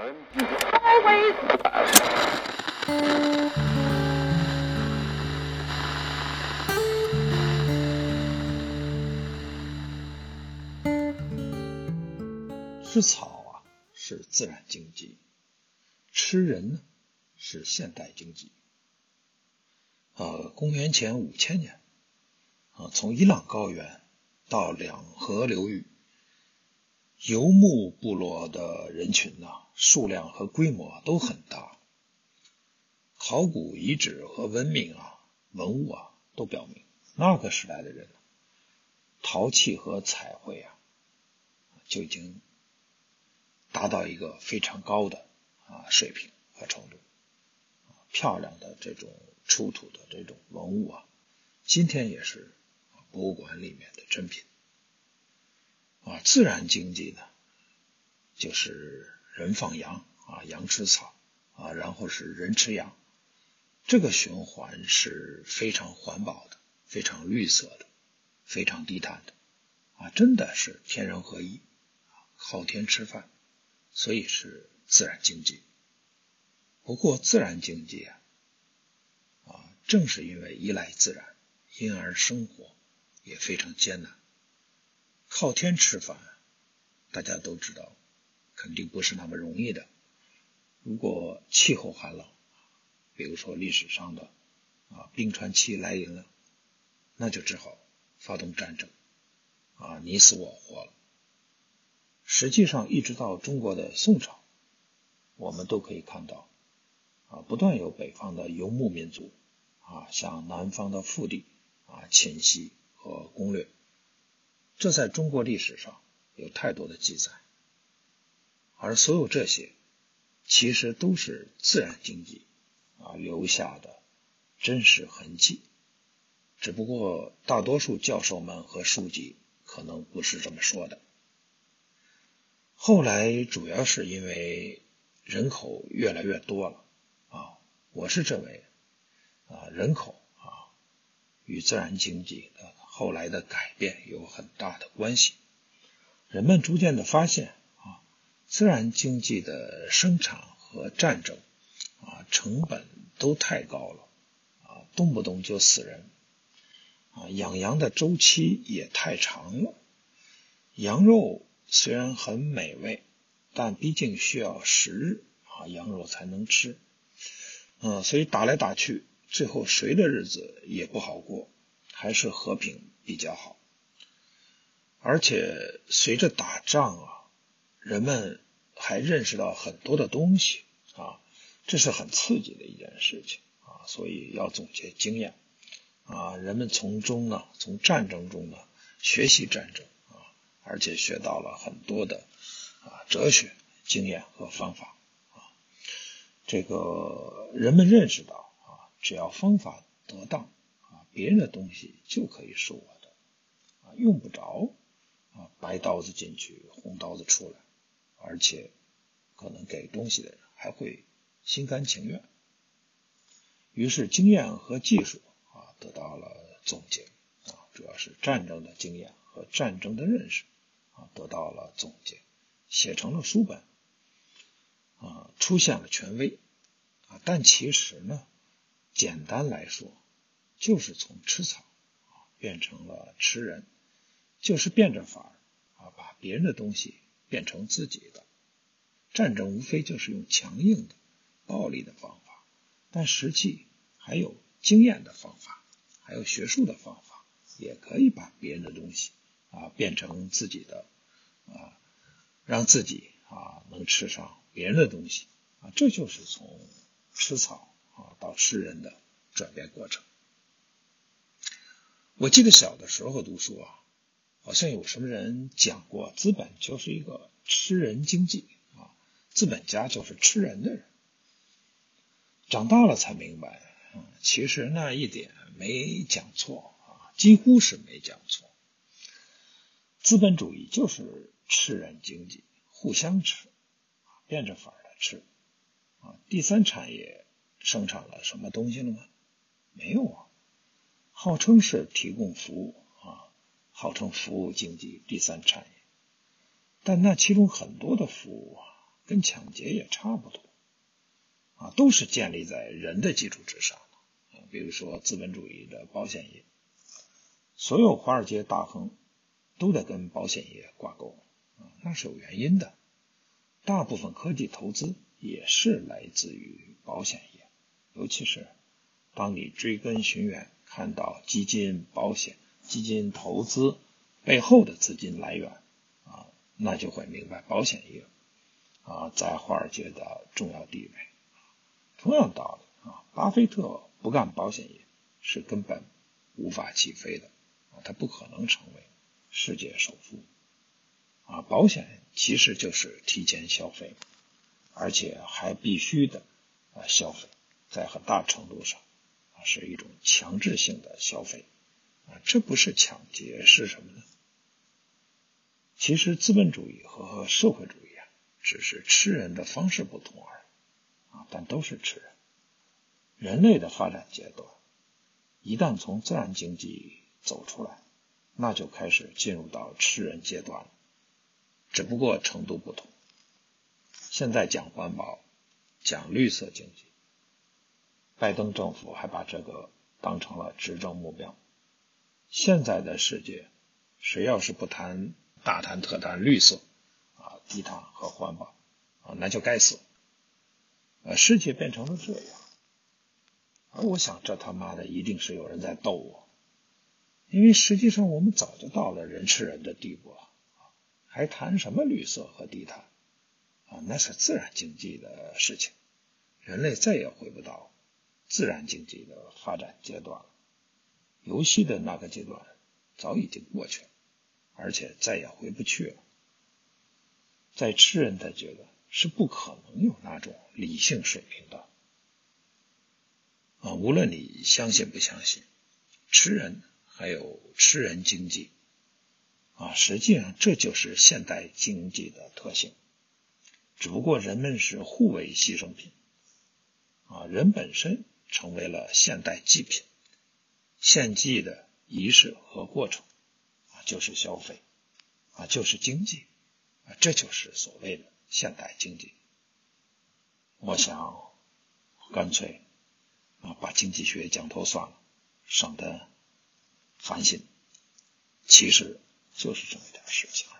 吃草啊是自然经济，吃人呢是现代经济。公元前5000年，从伊朗高原到两河流域，游牧部落的人群数量和规模都很大。考古遗址和文物都表明，那个时代的人陶器和彩绘就已经达到一个非常高的水平和程度。漂亮的这种出土的这种文物今天也是博物馆里面的珍品。自然经济呢，就是人放羊羊吃草然后是人吃羊，这个循环是非常环保的，非常绿色的，非常低碳的真的是天人合一，靠天吃饭，所以是自然经济。不过自然经济正是因为依赖自然，因而生活也非常艰难。靠天吃饭大家都知道肯定不是那么容易的。如果气候寒冷，比如说历史上的冰川期来临了，那就只好发动战争你死我活了。实际上一直到中国的宋朝，我们都可以看到不断有北方的游牧民族向南方的腹地侵袭和攻略，这在中国历史上有太多的记载。而所有这些其实都是自然经济留下的真实痕迹，只不过大多数教授们和书籍可能不是这么说的。后来主要是因为人口越来越多了我是认为人口与自然经济的后来的改变有很大的关系。人们逐渐的发现自然经济的生产和战争成本都太高了动不动就死人养羊的周期也太长了。羊肉虽然很美味，但毕竟需要10日羊肉才能吃所以打来打去，最后谁的日子也不好过，还是和平比较好。而且随着打仗人们还认识到很多的东西这是很刺激的一件事情所以要总结经验人们从战争中学习战争而且学到了很多的哲学经验和方法这个人们认识到只要方法得当别人的东西就可以是我的用不着白刀子进去红刀子出来，而且可能给东西的人还会心甘情愿。于是经验和技术得到了总结主要是战争的经验和战争的认识得到了总结，写成了书本出现了权威但其实呢，简单来说就是从吃草变成了吃人，就是变着法把别人的东西变成自己的。战争无非就是用强硬的暴力的方法，但实际还有经验的方法，还有学术的方法，也可以把别人的东西变成自己的让自己能吃上别人的东西这就是从吃草到吃人的转变过程。我记得小的时候读书好像有什么人讲过，资本就是一个吃人经济资本家就是吃人的人。长大了才明白其实那一点没讲错几乎是没讲错。资本主义就是吃人经济，互相吃变着法的吃第三产业生产了什么东西了吗？没有号称是提供服务号称服务经济第三产业，但那其中很多的服务跟抢劫也差不多都是建立在人的基础之上的比如说资本主义的保险业，所有华尔街大亨都得跟保险业挂钩那是有原因的。大部分科技投资也是来自于保险业，尤其是当你追根寻源，看到基金、保险、基金投资背后的资金来源那就会明白保险业在华尔街的重要地位。同样道理巴菲特不干保险业是根本无法起飞的他不可能成为世界首富保险其实就是提前消费，而且还必须的消费，在很大程度上是一种强制性的消费这不是抢劫是什么呢？其实资本主义和社会主义只是吃人的方式不同而已但都是吃人。人类的发展阶段一旦从自然经济走出来，那就开始进入到吃人阶段了，只不过程度不同。现在讲环保，讲绿色经济，拜登政府还把这个当成了执政目标。现在的世界，谁要是不大谈特谈绿色低碳和环保那就该死。世界变成了这样，而我想这他妈的一定是有人在逗我，因为实际上我们早就到了人吃人的地步了还谈什么绿色和低碳那是自然经济的事情，人类再也回不到自然经济的发展阶段了。游戏的那个阶段早已经过去了，而且再也回不去了。在吃人的阶段是不可能有那种理性水平的无论你相信不相信，吃人还有吃人经济实际上这就是现代经济的特性，只不过人们是互为牺牲品人本身成为了现代祭品，献祭的仪式和过程就是消费就是经济这就是所谓的现代经济。我想干脆把经济学讲透算了，省得烦心，其实就是这么一点事情。